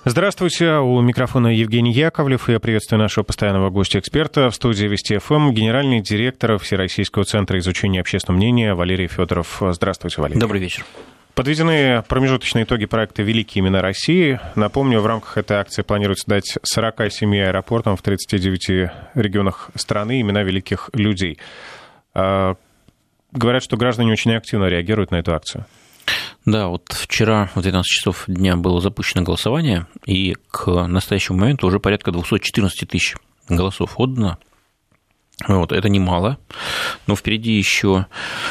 Здравствуйте, у микрофона Евгений Яковлев. Я приветствую нашего постоянного гостя-эксперта в студии Вести ФМ, генеральный директор Всероссийского центра изучения общественного мнения Валерий Федоров. Здравствуйте, Валерий. Добрый вечер. Подведены промежуточные итоги проекта «Великие имена России». Напомню, в рамках этой акции планируется дать 47 аэропортам в 39 регионах страны имена великих людей. Говорят, что граждане очень активно реагируют на эту акцию. Да, вот вчера в 12 часов дня было запущено голосование, и к настоящему моменту уже порядка 214 тысяч голосов отдано. Вот, это немало, но впереди еще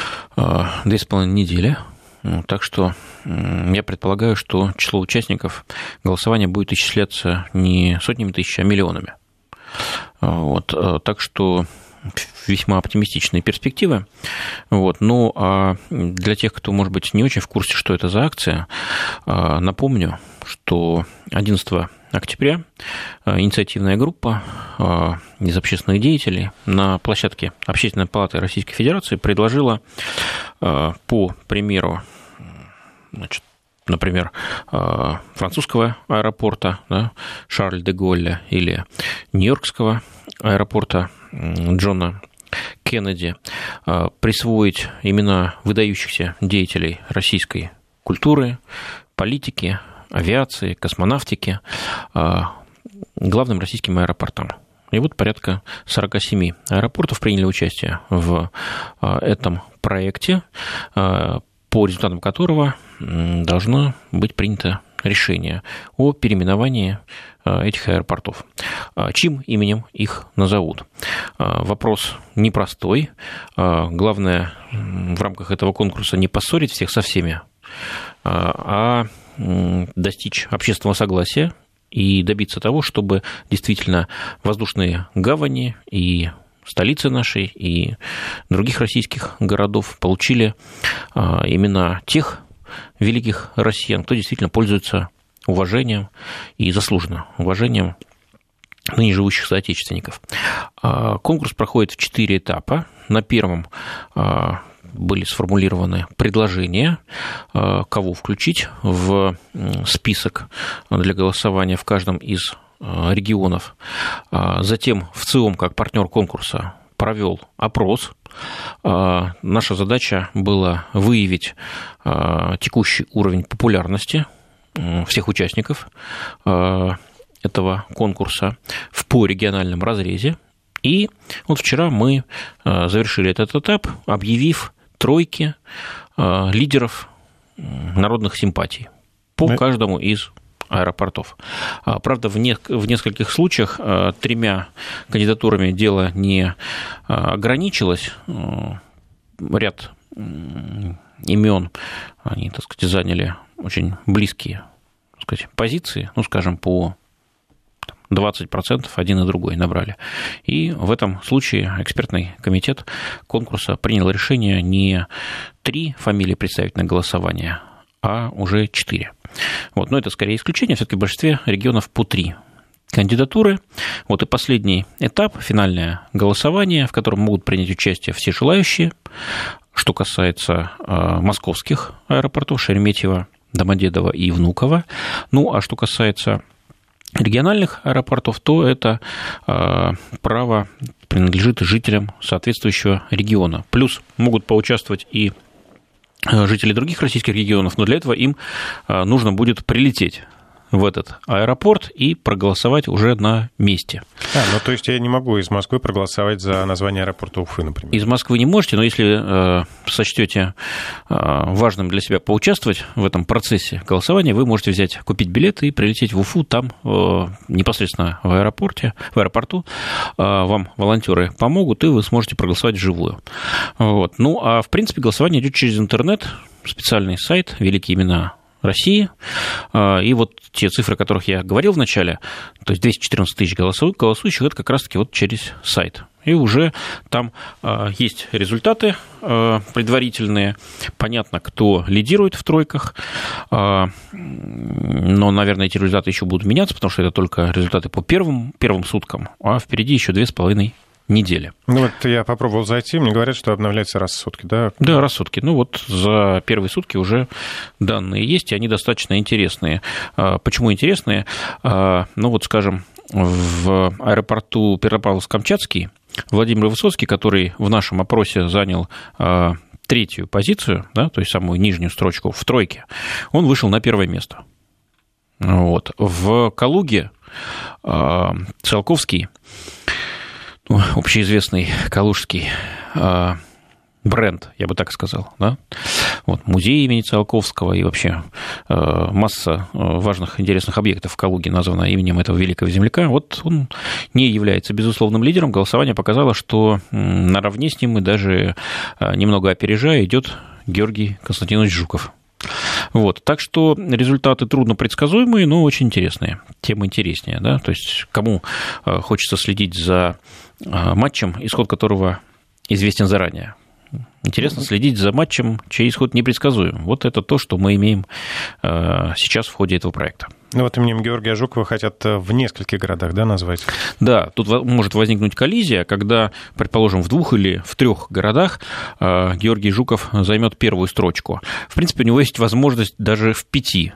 2,5 недели. Так что я предполагаю, что число участников голосования будет исчисляться не сотнями тысяч, а миллионами. Вот, так что весьма оптимистичные перспективы. Вот. Ну, а для тех, кто, может быть, не очень в курсе, что это за акция, напомню, что 11 октября инициативная группа из общественных деятелей на площадке Общественной палаты Российской Федерации предложила по примеру, например, французского аэропорта, да, Шарль де Голля, или нью-йоркского аэропорта Джона Кеннеди, присвоить имена выдающихся деятелей российской культуры, политики, авиации, космонавтики главным российским аэропортам. И вот порядка 47 аэропортов приняли участие в этом проекте, по результатам которого должно быть принято решение о переименовании этих аэропортов. Чьим именем их назовут? Вопрос непростой. Главное в рамках этого конкурса не поссорить всех со всеми, а достичь общественного согласия и добиться того, чтобы действительно воздушные гавани и столицы нашей и других российских городов получили имена тех великих россиян, кто действительно пользуется уважением и заслуженно уважением ныне живущих соотечественников. Конкурс проходит в 4 этапа. На первом были сформулированы предложения, кого включить в список для голосования в каждом из регионов. Затем ВЦИОМ, как партнер конкурса, провел опрос. Наша задача была выявить текущий уровень популярности всех участников этого конкурса по региональном разрезе. И вот вчера мы завершили этот этап, объявив тройки лидеров народных симпатий по каждому из аэропортов. Правда, в нескольких случаях 3 кандидатурами дело не ограничилось. Ряд имен, они, так сказать, заняли очень близкие, так сказать, позиции, ну, скажем, по 20% один и другой набрали. И в этом случае экспертный комитет конкурса принял решение не 3 фамилии представить на голосование, а уже 4. Вот, но это скорее исключение, все-таки в большинстве регионов по 3 кандидатуры. Вот и последний этап, финальное голосование, в котором могут принять участие все желающие, что касается московских аэропортов Шереметьево, Домодедово и Внуково. Ну, а что касается региональных аэропортов, то это право принадлежит жителям соответствующего региона. Плюс могут поучаствовать и жители других российских регионов, но для этого им нужно будет прилететь в этот аэропорт и проголосовать уже на месте. Ну то есть я не могу из Москвы проголосовать за название аэропорта Уфы, например? Из Москвы не можете, но если сочтете важным для себя поучаствовать в этом процессе голосования, вы можете купить билет и прилететь в Уфу, там непосредственно в аэропорту вам волонтеры помогут, и вы сможете проголосовать вживую. Вот. Ну, а в принципе голосование идет через интернет, специальный сайт «Великие имена России». И вот те цифры, о которых я говорил в начале, то есть 214 тысяч голосующих, это как раз-таки вот через сайт. И уже там есть результаты предварительные, понятно, кто лидирует в тройках, но, наверное, эти результаты еще будут меняться, потому что это только результаты по первым суткам, а впереди еще 2,5 недели. Ну вот я попробовал зайти, мне говорят, что обновляется раз в сутки, да? Да, раз в сутки. Ну вот за первые сутки уже данные есть, и они достаточно интересные. Почему интересные? Ну вот, скажем, в аэропорту Петропавловск-Камчатский Владимир Высоцкий, который в нашем опросе занял третью позицию, да, то есть самую нижнюю строчку в тройке, он вышел на первое место. Вот. В Калуге Циолковский, общеизвестный калужский бренд, я бы так сказал, да? Вот, музей имени Циолковского и вообще масса важных, интересных объектов в Калуге названа именем этого великого земляка. Вот он не является безусловным лидером. Голосование показало, что наравне с ним и даже немного опережая идет Георгий Константинович Жуков. Вот, так что результаты трудно предсказуемые, но очень интересные. Тема интереснее, да, то есть кому хочется следить за матчем, исход которого известен заранее. Интересно следить за матчем, чей исход непредсказуем. Вот это то, что мы имеем сейчас в ходе этого проекта. Ну вот именем Георгия Жукова хотят в нескольких городах, да, назвать? Да, тут может возникнуть коллизия, когда, предположим, в 2 или в 3 городах Георгий Жуков займет первую строчку. В принципе, у него есть возможность даже в 5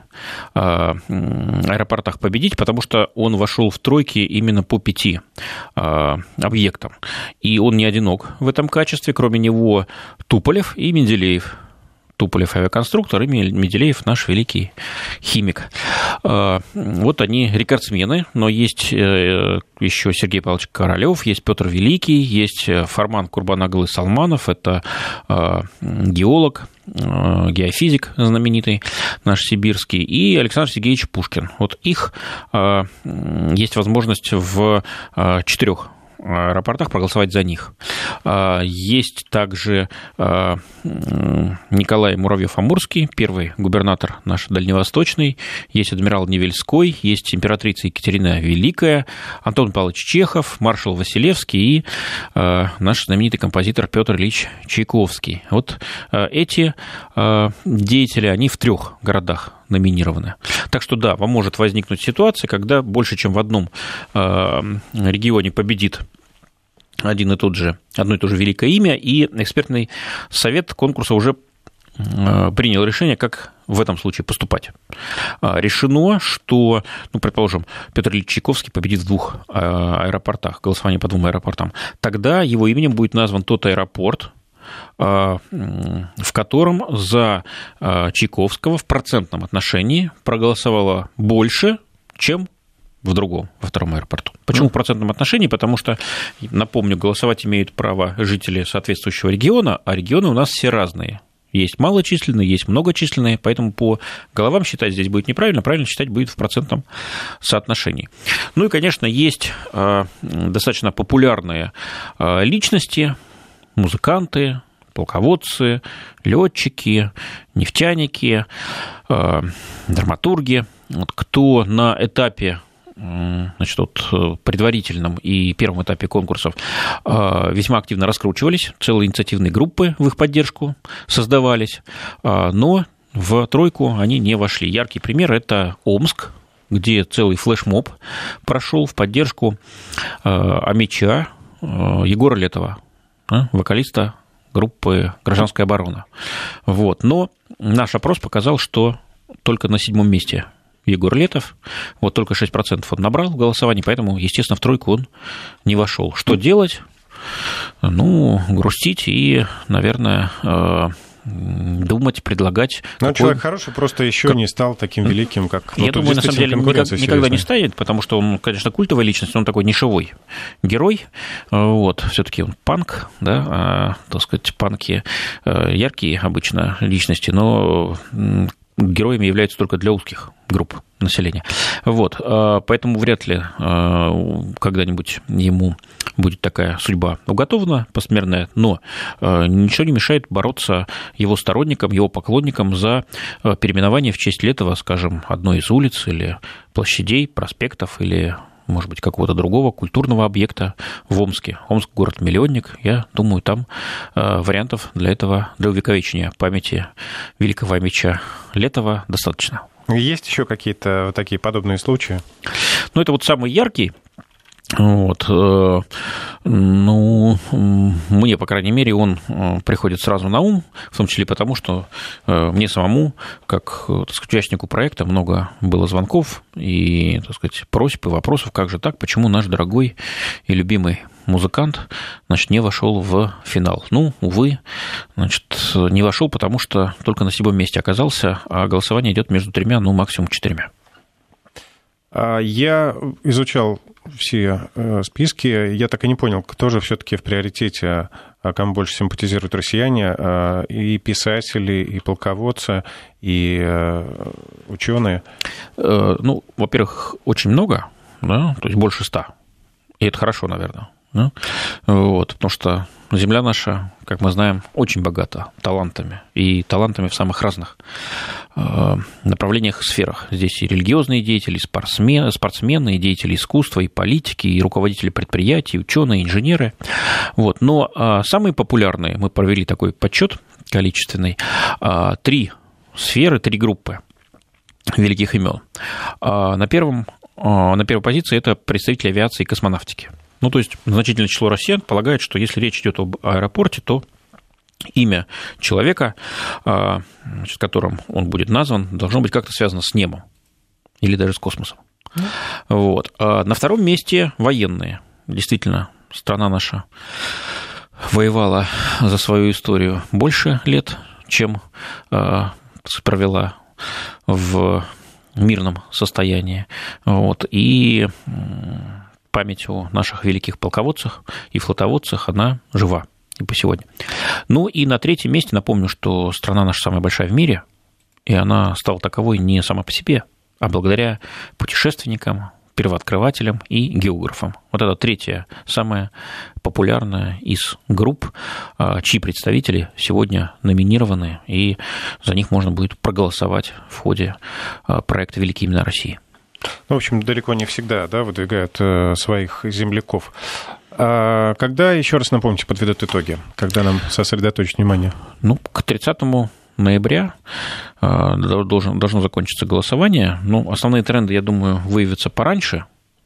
аэропортах победить, потому что он вошел в тройки именно по 5 объектам. И он не одинок в этом качестве, кроме него Туполев и Менделеев. Туполев авиаконструктор и Менделеев наш великий химик. Вот они рекордсмены, но есть еще Сергей Павлович Королёв, есть Петр Великий, есть Фарман Курбанаглы Салманов, это геолог, геофизик знаменитый наш сибирский, и Александр Сергеевич Пушкин. Вот их есть возможность в 4 аэропортах проголосовать за них. Есть также Николай Муравьев-Амурский, первый губернатор наш дальневосточный, есть адмирал Невельской, есть императрица Екатерина Великая, Антон Павлович Чехов, маршал Василевский и наш знаменитый композитор Петр Ильич Чайковский. Вот эти деятели, они в 3 городах номинированы. Так что да, вам может возникнуть ситуация, когда больше, чем в одном регионе победит одно и то же великое имя, и экспертный совет конкурса уже принял решение, как в этом случае поступать. Решено, что, предположим, Петр Ильич Чайковский победит в 2 аэропортах, голосование по 2 аэропортам, тогда его именем будет назван тот аэропорт, в котором за Чайковского в процентном отношении проголосовало больше, чем во 2-м аэропорту. Почему в процентном отношении? Потому что, напомню, голосовать имеют право жители соответствующего региона, а регионы у нас все разные. Есть малочисленные, есть многочисленные, поэтому по головам считать здесь будет неправильно, правильно считать будет в процентном соотношении. Ну и, конечно, есть достаточно популярные личности, музыканты, полководцы, летчики, нефтяники, драматурги, кто на этапе, предварительном и первом этапе конкурсов весьма активно раскручивались, целые инициативные группы в их поддержку создавались, но в тройку они не вошли. Яркий пример – это Омск, где целый флешмоб прошел в поддержку омича Егора Летова, вокалиста группы «Гражданская оборона». Вот. Но наш опрос показал, что только на 7-м месте Егор Летов, вот только 6% он набрал в голосовании, поэтому, естественно, в тройку он не вошел. Что делать? Грустить и, наверное, думать, предлагать. Но человек хороший, просто еще не стал таким великим, как... Я думаю, на самом деле, никогда не станет, потому что он, конечно, культовая личность, он такой нишевой герой. Вот, все-таки он панк, да, панки яркие обычно личности, но героями являются только для узких групп населения. Вот, поэтому вряд ли когда-нибудь ему будет такая судьба уготована, посмертная, но ничего не мешает бороться его сторонникам, его поклонникам за переименование в честь Летова, скажем, одной из улиц или площадей, проспектов или, может быть, какого-то другого культурного объекта в Омске. Омск – город-миллионник. Я думаю, там вариантов для этого, для увековечения памяти великого омича Летова достаточно. Есть еще какие-то такие подобные случаи? Это вот самый яркий. Вот. Мне, по крайней мере, он приходит сразу на ум, в том числе потому, что мне самому, как, так сказать, участнику проекта, много было звонков и, так сказать, просьб и вопросов, как же так, почему наш дорогой и музыкант, значит, не вошел в финал. Увы, значит, не вошел, потому что только на 7-м месте оказался, а голосование идет между 3, максимум 4. Я изучал все списки, я так и не понял, кто же все-таки в приоритете, кому больше симпатизируют россияне, и писатели, и полководцы, и ученые. Во-первых, очень много, да, то есть больше 100, и это хорошо, наверное. Да? Потому что земля наша, как мы знаем, очень богата талантами, и талантами в самых разных направлениях и сферах. Здесь и религиозные деятели, и спортсмены, и деятели искусства, и политики, и руководители предприятий, и ученые, и инженеры. Но самые популярные, мы провели такой подсчет количественный, 3 сферы, 3 группы великих имен. На первой позиции это представители авиации и космонавтики. То есть значительное число россиян полагает, что если речь идет об аэропорте, то имя человека, которым он будет назван, должно быть как-то связано с небом или даже с космосом. На 2-м месте военные. Действительно, страна наша воевала за свою историю больше лет, чем провела в мирном состоянии. И память о наших великих полководцах и флотоводцах, она жива и по сегодня. И на 3-м месте, напомню, что страна наша самая большая в мире, и она стала таковой не сама по себе, а благодаря путешественникам, первооткрывателям и географам. Это 3-я, самая популярная из групп, чьи представители сегодня номинированы, и за них можно будет проголосовать в ходе проекта «Великие имена России». В общем, далеко не всегда, да, выдвигают своих земляков. А когда, еще раз напомните, подведут итоги? Когда нам сосредоточить внимание? К 30 ноября должно закончиться голосование. Основные тренды, я думаю, выявятся пораньше.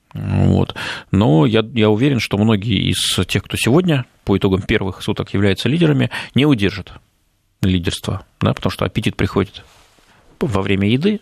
Но я уверен, что многие из тех, кто сегодня по итогам первых суток являются лидерами, не удержат лидерство, да, потому что аппетит приходит во время еды.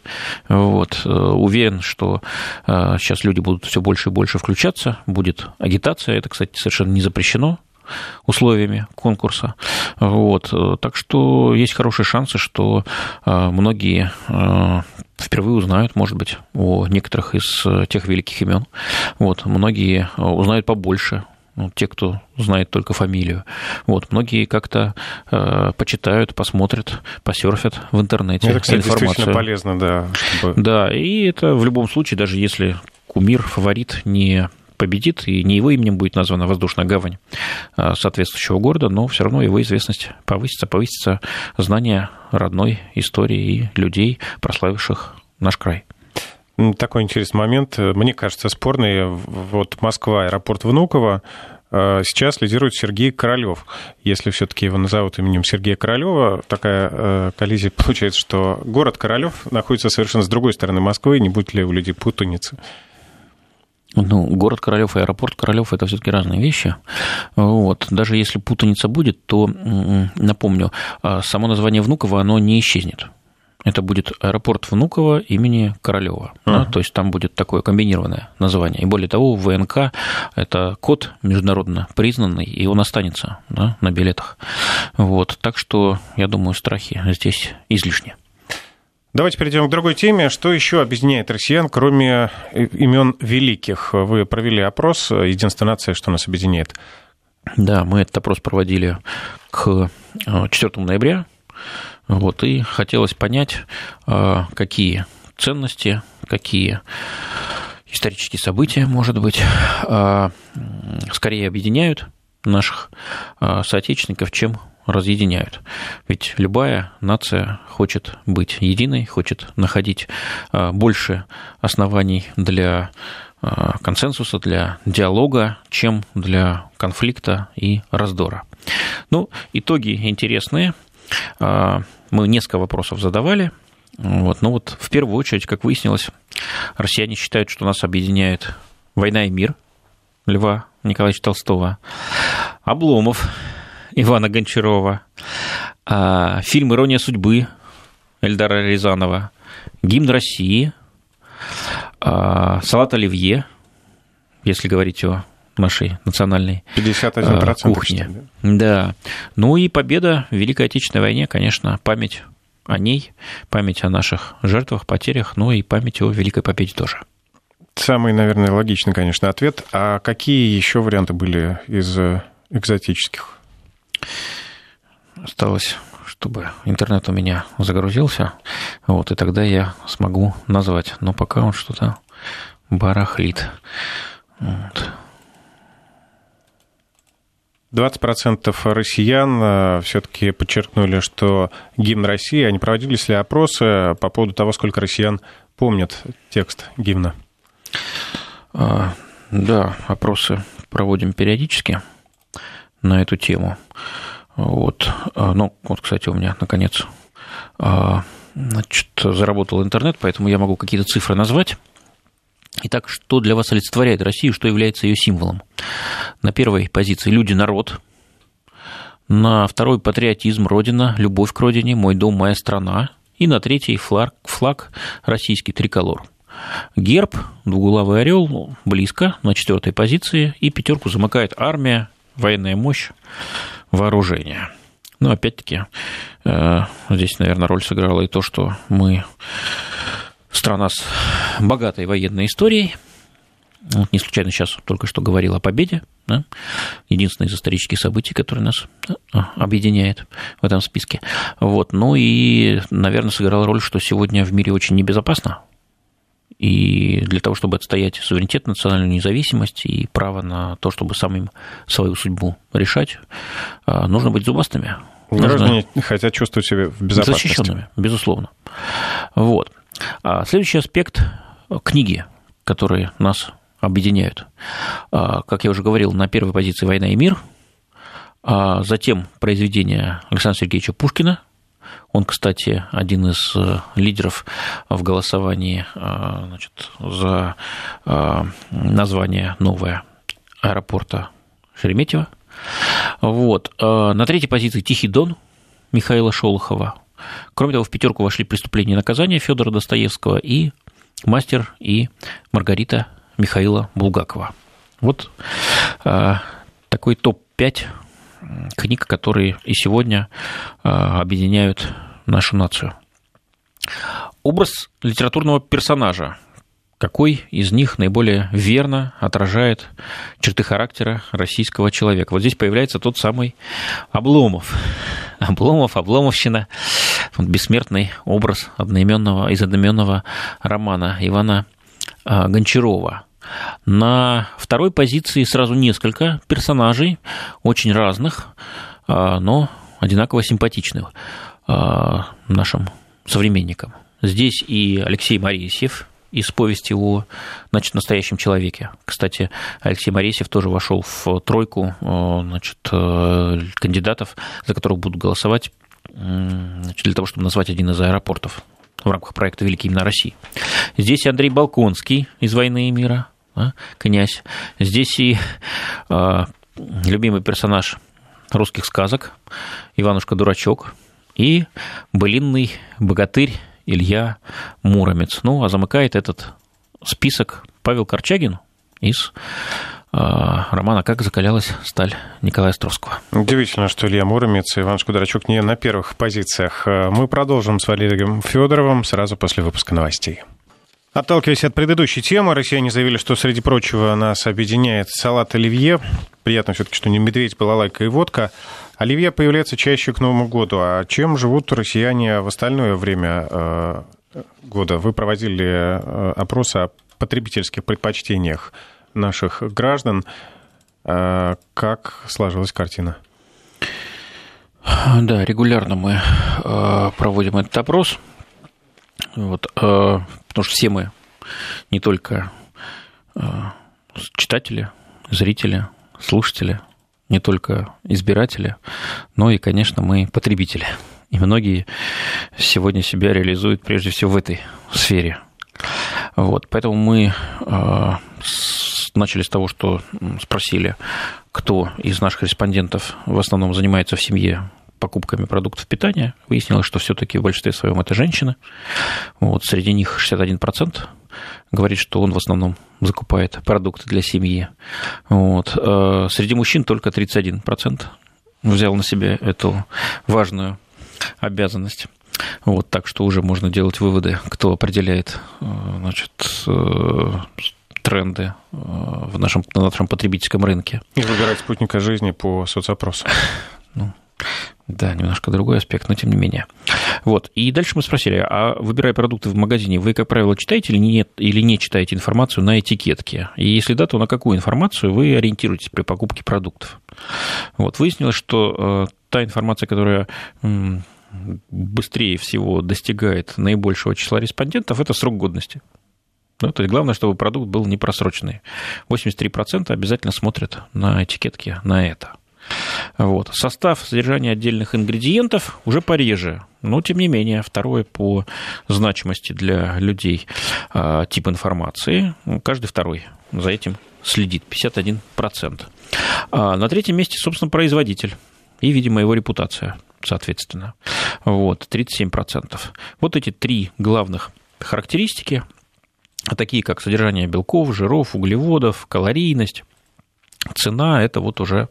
Уверен, что сейчас люди будут все больше и больше включаться, будет агитация, это, кстати, совершенно не запрещено условиями конкурса. Так что есть хорошие шансы, что многие впервые узнают, может быть, о некоторых из тех великих имен. Многие узнают побольше, те, кто знает только фамилию. Многие как-то почитают, посмотрят, посерфят в интернете это, кстати, информацию. Действительно полезно, да. Да, и это в любом случае, даже если кумир, фаворит не победит, и не его именем будет названа воздушная гавань соответствующего города, но все равно его известность повысится знание родной истории и людей, прославивших наш край. Такой интересный момент, мне кажется, спорный. Москва, аэропорт Внуково, сейчас лидирует Сергей Королёв. Если все-таки его назовут именем Сергея Королёва, такая коллизия получается, что город Королёв находится совершенно с другой стороны Москвы, не будет ли у людей путаницы? Город Королёв и аэропорт Королёв – это все-таки разные вещи. Даже если путаница будет, то, напомню, само название Внуково, оно не исчезнет. Это будет аэропорт Внуково имени Королёва. Да, то есть там будет такое комбинированное название. И более того, ВНК – это код международно признанный, и он останется, да, на билетах. Так что, я думаю, страхи здесь излишни. Давайте перейдем к другой теме. Что еще объединяет россиян, кроме имен великих? Вы провели опрос. Единственная нация, что нас объединяет. Да, мы этот опрос проводили к 4 ноября. И хотелось понять, какие ценности, какие исторические события, может быть, скорее объединяют наших соотечественников, чем разъединяют. Ведь любая нация хочет быть единой, хочет находить больше оснований для консенсуса, для диалога, чем для конфликта и раздора. Итоги интересные. Мы несколько вопросов задавали. В первую очередь, как выяснилось, россияне считают, что нас объединяет война и мир. Льва Николаевича Толстого, Обломов Ивана Гончарова, фильм «Ирония судьбы» Эльдара Рязанова, гимн России, салат оливье, если говорить о нашей национальной 51% кухне. Да. Ну и победа в Великой Отечественной войне, конечно, память о ней, память о наших жертвах, потерях, ну и память о Великой Победе тоже. Самый, наверное, логичный, конечно, ответ. А какие еще варианты были из экзотических? Осталось, чтобы интернет у меня загрузился, вот, и тогда я смогу назвать. Но пока он что-то барахлит. Вот. 20% россиян все-таки подчеркнули, что гимн России, они проводились ли опросы по поводу того, сколько россиян помнят текст гимна? Да, опросы проводим периодически на эту тему. Вот. Ну, вот, кстати, у меня, наконец, заработал интернет, поэтому я могу какие-то цифры назвать. Итак, что для вас олицетворяет Россию, что является ее символом? На первой позиции люди, народ. На второй патриотизм, родина, любовь к родине, мой дом, моя страна. И на третьей флаг российский триколор. Герб, двуглавый орел, близко, на четвертой позиции. И пятерку замыкает армия, военная мощь, вооружение. Ну, опять-таки, здесь, наверное, роль сыграла и то, что мы страна с богатой военной историей. Вот не случайно сейчас только что говорил о победе. Да? Единственное из исторических событий, которое нас объединяет в этом списке. Вот. Ну и, наверное, сыграла роль, что сегодня в мире очень небезопасно. И для того, чтобы отстоять суверенитет, национальную независимость и право на то, чтобы самим свою судьбу решать, нужно быть зубастыми. Граждане хотят чувствовать себя в безопасности. Защищенными, безусловно. Вот. Следующий аспект – книги, которые нас объединяют. Как я уже говорил, на первой позиции «Война и мир», затем произведения Александра Сергеевича Пушкина. Он, кстати, один из лидеров в голосовании, значит, за название новое аэропорта Шереметьево. Вот. На третьей позиции «Тихий дон» Михаила Шолохова. Кроме того, в пятерку вошли «Преступление и наказание» Федора Достоевского и «Мастер и Маргарита» Михаила Булгакова. Вот такой топ-5 книг, которые и сегодня объединяют нашу нацию. Образ литературного персонажа. Какой из них наиболее верно отражает черты характера российского человека? Вот здесь появляется тот самый Обломов. Обломовщина. Бессмертный образ из одноименного романа Ивана Гончарова. На второй позиции сразу несколько персонажей, очень разных, но одинаково симпатичных нашим современникам. Здесь и Алексей Моресьев из повести о, значит, настоящем человеке. Кстати, Алексей Моресьев тоже вошел в тройку, значит, кандидатов, за которых будут голосовать, значит, для того, чтобы назвать один из аэропортов в рамках проекта «Великие имена России». Здесь и Андрей Болконский из «Войны и мира», князь. Здесь и любимый персонаж русских сказок Иванушка-дурачок и былинный богатырь Илья Муромец. Ну, а замыкает этот список Павел Корчагин из романа «Как закалялась сталь» Николая Островского. Удивительно, что Илья Муромец и Иванушка-дурачок не на первых позициях. Мы продолжим с Валерием Федоровым сразу после выпуска новостей. Отталкиваясь от предыдущей темы, россияне заявили, что, среди прочего, нас объединяет салат оливье. Приятно все-таки, что не медведь, балалайка и водка. Оливье появляется чаще к Новому году. А чем живут россияне в остальное время года? Вы проводили опрос о потребительских предпочтениях наших граждан. Как сложилась картина? Да, регулярно мы проводим этот опрос. Вот, потому что все мы не только читатели, зрители, слушатели, не только избиратели, но и, конечно, мы потребители. И многие сегодня себя реализуют прежде всего в этой сфере. Вот, поэтому мы начали с того, что спросили, кто из наших респондентов в основном занимается в семье покупками продуктов питания. Выяснилось, что все-таки в большинстве своем это женщины. Вот, среди них 61% говорит, что он в основном закупает продукты для семьи. Вот. Среди мужчин только 31% взял на себя эту важную обязанность. Вот, так что уже можно делать выводы, кто определяет, значит, тренды на нашем потребительском рынке. И выбирать спутника жизни по соцопросу. Да, немножко другой аспект, но тем не менее. Вот. И дальше мы спросили, а выбирая продукты в магазине, вы, как правило, читаете или не читаете информацию на этикетке? И если да, то на какую информацию вы ориентируетесь при покупке продуктов? Вот. Выяснилось, что та информация, которая быстрее всего достигает наибольшего числа респондентов, это срок годности. Ну, то есть главное, чтобы продукт был не просроченный. 83% обязательно смотрят на этикетке на это. Вот. Состав, содержание отдельных ингредиентов уже пореже, но, тем не менее, второе по значимости для людей тип информации, каждый второй за этим следит, 51%. На третьем месте, собственно, производитель и, видимо, его репутация, соответственно, вот, 37%. Вот эти три главных характеристики, такие как содержание белков, жиров, углеводов, калорийность, цена – это вот уже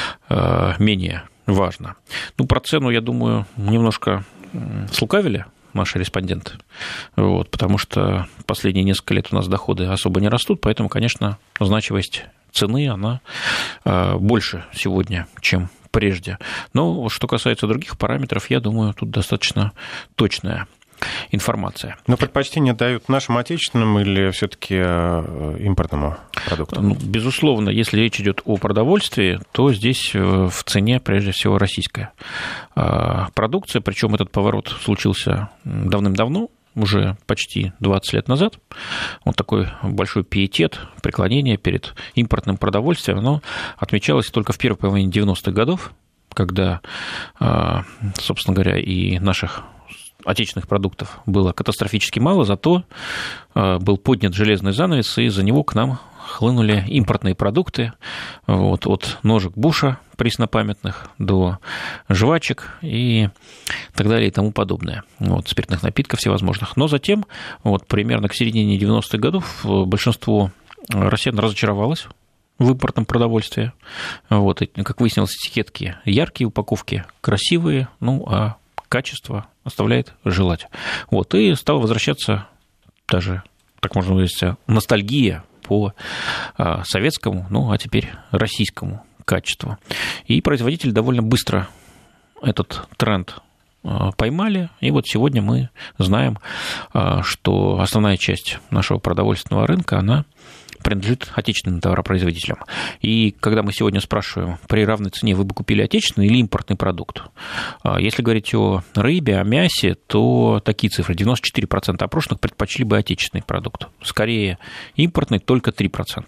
менее важно. Ну, про цену, я думаю, немножко слукавили наши респонденты, вот, потому что последние несколько лет у нас доходы особо не растут, поэтому, конечно, значимость цены, она больше сегодня, чем прежде. Но что касается других параметров, я думаю, тут достаточно точная информация. Но предпочтение дают нашим отечественным или все-таки импортному продукту? Ну, безусловно, если речь идет о продовольствии, то здесь в цене прежде всего российская продукция, причем этот поворот случился давным-давно, уже почти 20 лет назад. Вот такой большой пиетет, преклонение перед импортным продовольствием, оно отмечалось только в первой половине 90-х годов, когда, собственно говоря, и наших отечественных продуктов было катастрофически мало, зато был поднят железный занавес, и за него к нам хлынули импортные продукты, вот, от ножек Буша преснопамятных до жвачек и так далее и тому подобное, вот, спиртных напитков всевозможных. Но затем, вот, примерно к середине 90-х годов, большинство россиян разочаровалось в импортном продовольствии. Вот, и, как выяснилось, этикетки яркие, упаковки красивые, ну, а качество оставляет желать. Вот, и стала возвращаться даже, так можно выразиться, ностальгия по советскому, ну, а теперь российскому качеству. И производители довольно быстро этот тренд поймали, и вот сегодня мы знаем, что основная часть нашего продовольственного рынка, она принадлежит отечественным товаропроизводителям. И когда мы сегодня спрашиваем, при равной цене вы бы купили отечественный или импортный продукт, если говорить о рыбе, о мясе, то такие цифры: 94% опрошенных предпочли бы отечественный продукт. Скорее, импортный только 3%.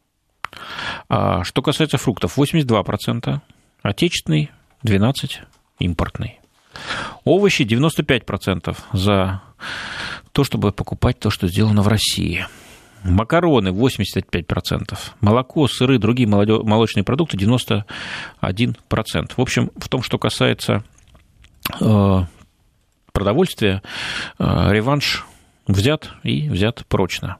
Что касается фруктов, 82% отечественный, 12% импортный. Овощи 95% за то, чтобы покупать то, что сделано в России. Макароны 85%, молоко, сыры, другие молочные продукты 91%. В общем, в том, что касается продовольствия, реванш взят и взят прочно.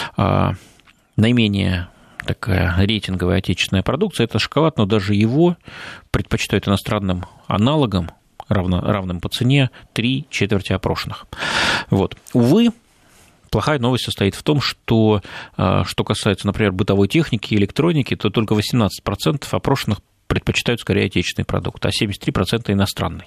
Наименее такая рейтинговая отечественная продукция – это шоколад, но даже его предпочитают иностранным аналогам, равным по цене, 3/4 опрошенных. Вот. Увы, плохая новость состоит в том, что касается, например, бытовой техники и электроники, то только 18% опрошенных предпочитают скорее отечественный продукт, а 73% иностранный.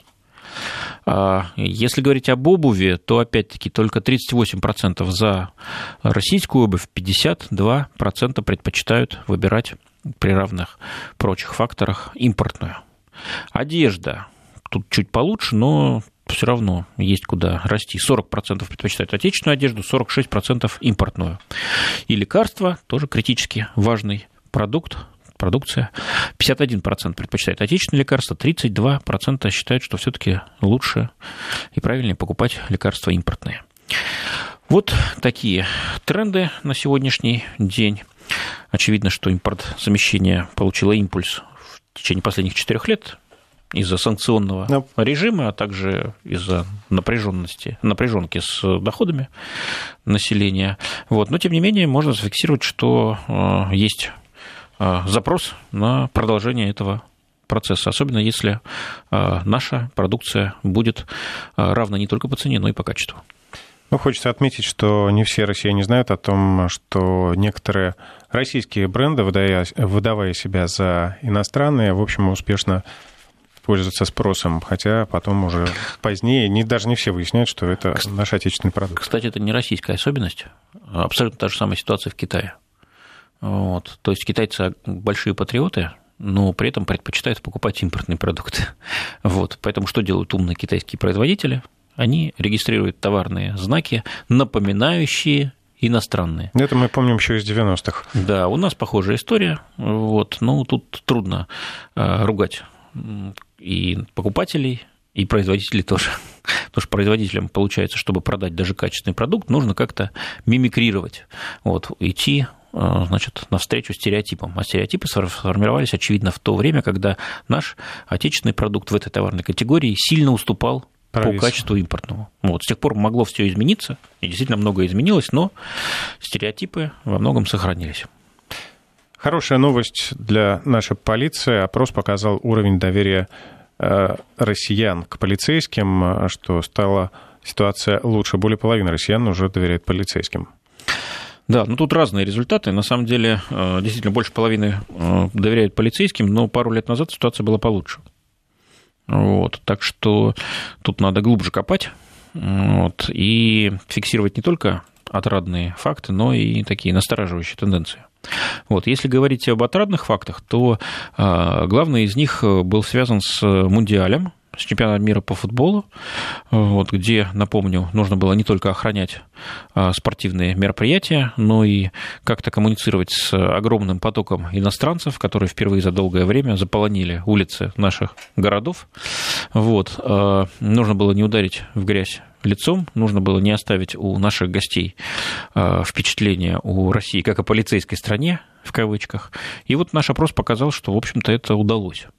Если говорить об обуви, то, опять-таки, только 38% за российскую обувь, 52% предпочитают выбирать при равных прочих факторах импортную. Одежда тут чуть получше, но все равно есть куда расти. 40% предпочитают отечественную одежду, 46% импортную. И лекарства, тоже критически важный продукция. 51% предпочитают отечественные лекарства, 32% считают, что все-таки лучше и правильнее покупать лекарства импортные. Вот такие тренды на сегодняшний день. Очевидно, что импортзамещение получило импульс в течение последних 4 лет из-за санкционного режима, а также из-за напряженки с доходами населения. Вот. Но, тем не менее, можно зафиксировать, что есть запрос на продолжение этого процесса, особенно если наша продукция будет равна не только по цене, но и по качеству. Ну, хочется отметить, что не все россияне знают о том, что некоторые российские бренды, выдавая себя за иностранные, в общем, успешно пользуются спросом, хотя потом уже позднее даже не все выясняют, что это наш отечественный продукт. Кстати, это не российская особенность, абсолютно та же самая ситуация в Китае. Вот. То есть китайцы большие патриоты, но при этом предпочитают покупать импортные продукты. Вот. Поэтому что делают умные китайские производители? Они регистрируют товарные знаки, напоминающие иностранные. Это мы помним еще из 90-х. Да, у нас похожая история. Вот. Но тут трудно ругать и покупателей, и производителей тоже. Потому что производителям, получается, чтобы продать даже качественный продукт, нужно как-то мимикрировать, вот, идти, значит, навстречу стереотипам. А стереотипы сформировались, очевидно, в то время, когда наш отечественный продукт в этой товарной категории сильно уступал по качеству импортному. Вот. С тех пор могло все измениться, и действительно многое изменилось, но стереотипы во многом сохранились. Хорошая новость для нашей полиции. Опрос показал уровень доверия россиян к полицейским, что стала ситуация лучше. Более половины россиян уже доверяют полицейским. Да, ну тут разные результаты. На самом деле, действительно, больше половины доверяют полицейским, но пару лет назад ситуация была получше. Вот, так что тут надо глубже копать, вот, и фиксировать не только отрадные факты, но и такие настораживающие тенденции. Вот, если говорить об отрадных фактах, то главный из них был связан с Мундиалем, с чемпионатом мира по футболу, вот, где, напомню, нужно было не только охранять спортивные мероприятия, но и как-то коммуницировать с огромным потоком иностранцев, которые впервые за долгое время заполонили улицы наших городов. Вот. Нужно было не ударить в грязь лицом, нужно было не оставить у наших гостей впечатление о России как о полицейской стране, в кавычках. И вот наш опрос показал, что, в общем-то, это удалось.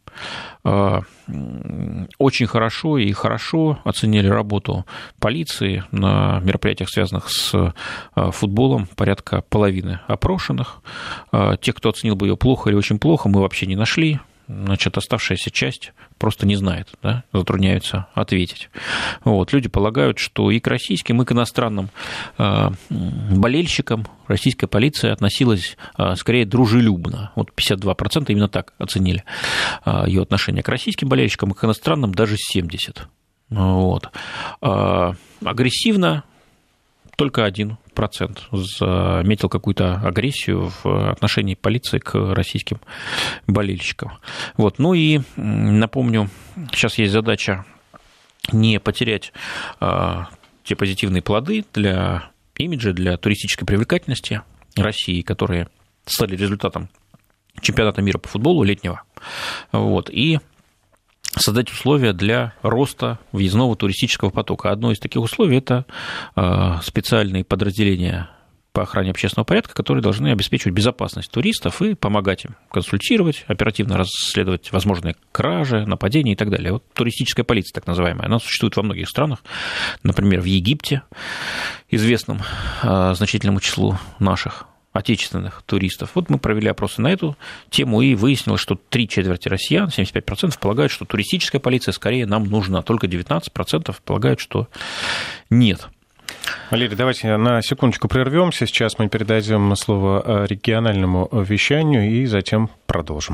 Очень хорошо оценили работу полиции на мероприятиях, связанных с футболом, порядка половины опрошенных. Тех, кто оценил бы ее плохо или очень плохо, мы вообще не нашли. Значит, оставшаяся часть просто не знает, да, затрудняются ответить. Вот. Люди полагают, что и к российским, и к иностранным болельщикам российская полиция относилась скорее дружелюбно. Вот 52% именно так оценили ее отношение к российским болельщикам, и к иностранным даже 70%. Вот. Агрессивно только 1% заметил какую-то агрессию в отношении полиции к российским болельщикам. Вот. Ну и напомню, сейчас есть задача не потерять те позитивные плоды для имиджа, для туристической привлекательности России, которые стали результатом чемпионата мира по футболу летнего. Вот. И создать условия для роста въездного туристического потока. Одно из таких условий – это специальные подразделения по охране общественного порядка, которые должны обеспечивать безопасность туристов и помогать им консультировать, оперативно расследовать возможные кражи, нападения и так далее. Вот туристическая полиция, так называемая, она существует во многих странах, например, в Египте, известном значительному числу наших отечественных туристов. Вот мы провели опросы на эту тему, и выяснилось, что 3/4 россиян, 75%, полагают, что туристическая полиция скорее нам нужна, только 19% полагают, что нет. Валерий, давайте на секундочку прервемся. Сейчас мы передадим слово региональному вещанию и затем продолжим.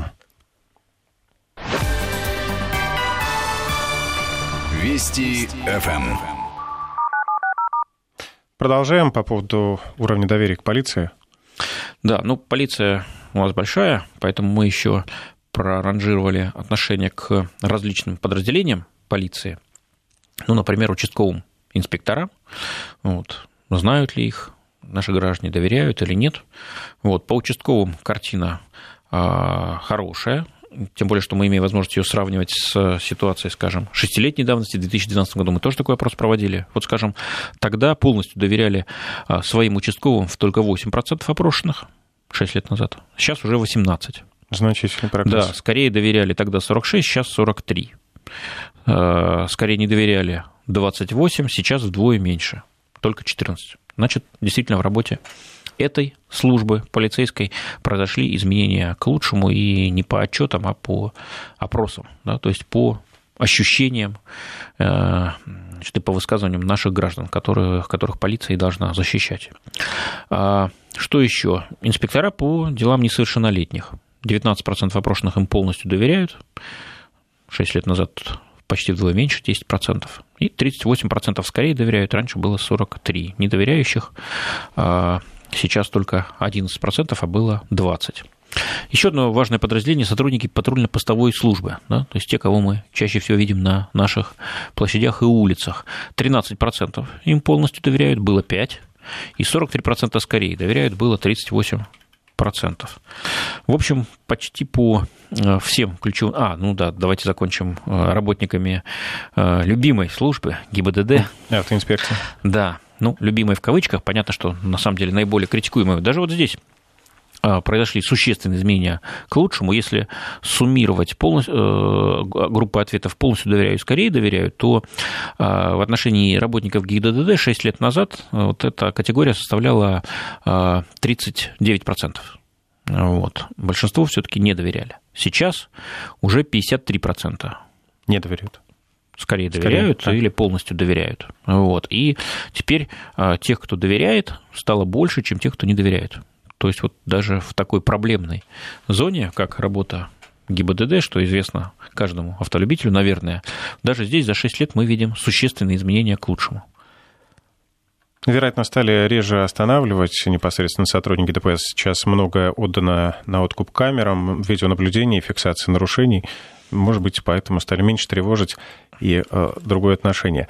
Вести ФМ. Продолжаем по поводу уровня доверия к полиции. Да, ну, полиция у нас большая, поэтому мы еще проранжировали отношение к различным подразделениям полиции. Ну, например, участковым инспекторам. Вот. Знают ли их наши граждане, доверяют или нет. Вот. По участковым картина хорошая. Тем более, что мы имеем возможность ее сравнивать с ситуацией, скажем, 6-летней давности. В 2012 году мы тоже такой опрос проводили. Вот, скажем, тогда полностью доверяли своим участковым только 8% опрошенных. 6 лет назад. Сейчас уже 18. Значительный прогресс. Да, скорее доверяли тогда 46, сейчас 43. Скорее не доверяли 28, сейчас вдвое меньше, только 14. Значит, действительно в работе этой службы полицейской произошли изменения к лучшему, и не по отчетам, а по опросам, да, то есть по ощущениям, и по высказываниям наших граждан, которых полиция должна защищать. Что еще? Инспектора по делам несовершеннолетних. 19% опрошенных им полностью доверяют. 6 лет назад почти вдвое меньше, 10%. И 38% скорее доверяют. Раньше было 43% недоверяющих. Сейчас только 11%, а было 20%. Еще одно важное подразделение – сотрудники патрульно-постовой службы, да, то есть те, кого мы чаще всего видим на наших площадях и улицах. 13% им полностью доверяют, было 5%, и 43% скорее доверяют, было 38%. В общем, почти по всем ключевым... давайте закончим работниками любимой службы ГИБДД. Автоинспекция. Да, любимой в кавычках, понятно, что на самом деле наиболее критикуемой. Даже вот здесь произошли существенные изменения к лучшему. Если суммировать группу ответов «полностью доверяю» и «скорее доверяю», то в отношении работников ГИБДД 6 лет назад вот эта категория составляла 39%. Вот. Большинство все-таки не доверяли. Сейчас уже 53%. Не доверяют. Скорее доверяют или полностью доверяют. Вот. И теперь тех, кто доверяет, стало больше, чем тех, кто не доверяет. То есть вот даже в такой проблемной зоне, как работа ГИБДД, что известно каждому автолюбителю, наверное, даже здесь за 6 лет мы видим существенные изменения к лучшему. Вероятно, стали реже останавливать непосредственно сотрудники ДПС. Сейчас многое отдано на откуп камерам, видеонаблюдения, фиксации нарушений. Может быть, поэтому стали меньше тревожить и другое отношение.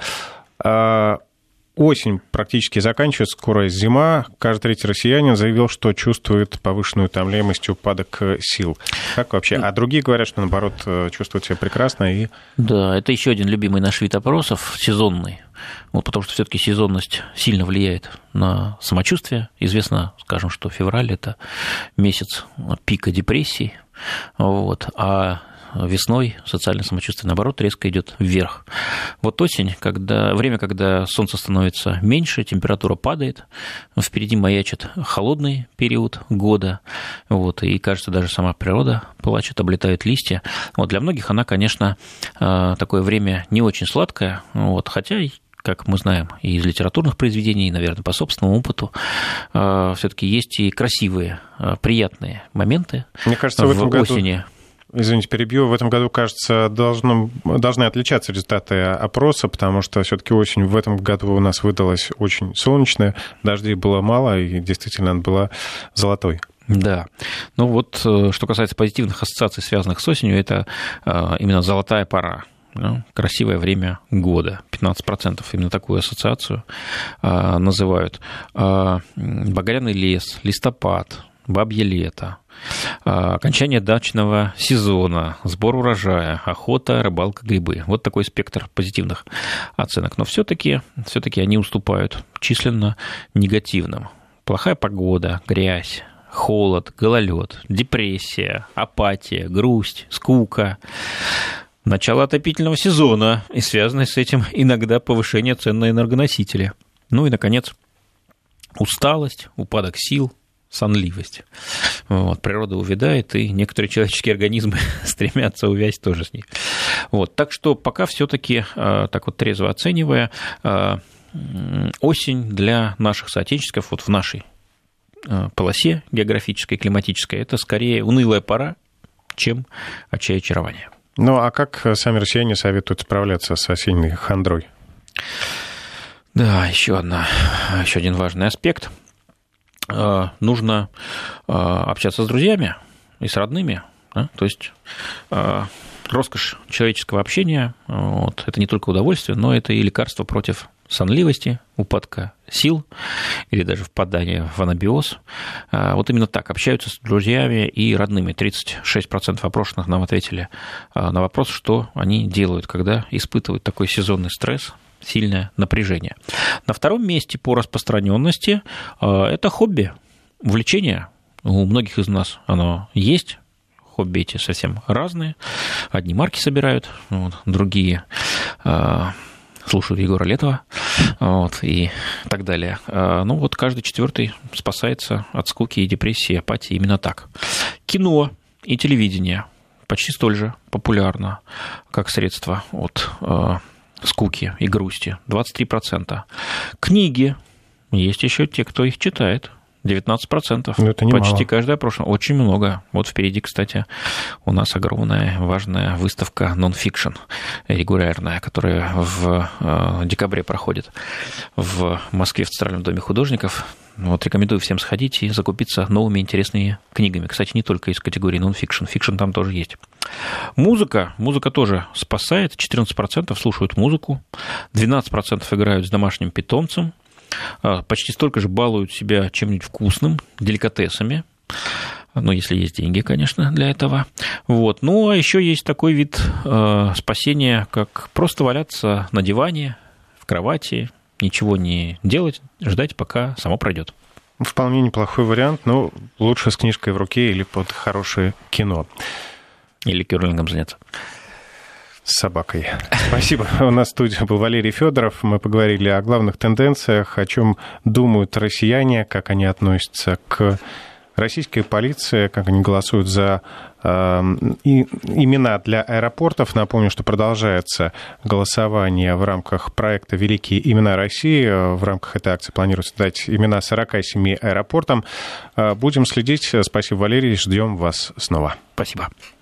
Осень практически заканчивается, скоро зима. Каждый третий россиянин заявил, что чувствует повышенную утомляемость и упадок сил. Как вообще? А другие говорят, что, наоборот, чувствуют себя прекрасно. Да, это еще один любимый наш вид опросов, сезонный. Вот, потому что все-таки сезонность сильно влияет на самочувствие. Известно, скажем, что февраль – это месяц пика депрессии, вот, а весной социальное самочувствие, наоборот, резко идет вверх. Вот осень, время, когда солнце становится меньше, температура падает, впереди маячит холодный период года, вот, и, кажется, даже сама природа плачет, облетают листья. Вот, для многих она, конечно, такое время не очень сладкое, вот, хотя, как мы знаем и из литературных произведений, и, наверное, по собственному опыту, все-таки есть и красивые, приятные моменты. Мне кажется, в осени. Извините, перебью. В этом году, кажется, должны отличаться результаты опроса, потому что все-таки осень в этом году у нас выдалась очень солнечная, дождей было мало, и действительно она была золотой. Да. Ну вот, что касается позитивных ассоциаций, связанных с осенью, это именно золотая пора. Красивое время года. 15% именно такую ассоциацию называют. Багряный лес, листопад, бабье лето, окончание дачного сезона, сбор урожая, охота, рыбалка, грибы. Вот такой спектр позитивных оценок. Но все-таки они уступают численно негативным. Плохая погода, грязь, холод, гололед, депрессия, апатия, грусть, скука. Начало отопительного сезона и связанное с этим иногда повышение цен на энергоносители. Ну и, наконец, усталость, упадок сил, сонливость. Вот, природа увядает, и некоторые человеческие организмы стремятся увязать тоже с ней. Вот, так что пока все-таки, так вот трезво оценивая, осень для наших соотечественников вот в нашей полосе географической, климатической, это скорее унылая пора, чем отчаяние очарования. Ну, а как сами россияне советуют справляться с осенней хандрой? Да, еще один важный аспект. Нужно общаться с друзьями и с родными. Да? То есть роскошь человеческого общения вот, это не только удовольствие, но это и лекарство против сонливости, упадка сил или даже впадания в анабиоз. Вот именно так общаются с друзьями и родными. 36% опрошенных нам ответили на вопрос, что они делают, когда испытывают такой сезонный стресс, сильное напряжение. На втором месте по распространенности это хобби, увлечение. У многих из нас оно есть. Хобби эти совсем разные. Одни марки собирают, другие слушают Егора Летова, и так далее. Каждый четвертый спасается от скуки и депрессии, апатии именно так. Кино и телевидение почти столь же популярно, как средство от скуки и грусти, 23%. Книги, есть еще те, кто их читает, 19%. Это почти каждый опрошенный. Очень много. Вот впереди, кстати, у нас огромная, важная выставка нон-фикшн регулярная, которая в декабре проходит в Москве в Центральном доме художников. Рекомендую всем сходить и закупиться новыми интересными книгами. Кстати, не только из категории нон-фикшн. Фикшн там тоже есть. Музыка тоже спасает. 14% слушают музыку, 12% играют с домашним питомцем, почти столько же балуют себя чем-нибудь вкусным, деликатесами. Если есть деньги, конечно, для этого. А еще есть такой вид спасения, как просто валяться на диване, в кровати, ничего не делать, ждать, пока само пройдет. Вполне неплохой вариант, но лучше с книжкой в руке или под хорошее кино. Или кёрлингом заняться. С собакой. Спасибо. У нас в студии был Валерий Федоров. Мы поговорили о главных тенденциях, о чем думают россияне, как они относятся к российской полиции, как они голосуют за имена для аэропортов. Напомню, что продолжается голосование в рамках проекта «Великие имена России». В рамках этой акции планируется дать имена 47 аэропортам. Будем следить. Спасибо, Валерий. Ждем вас снова. Спасибо.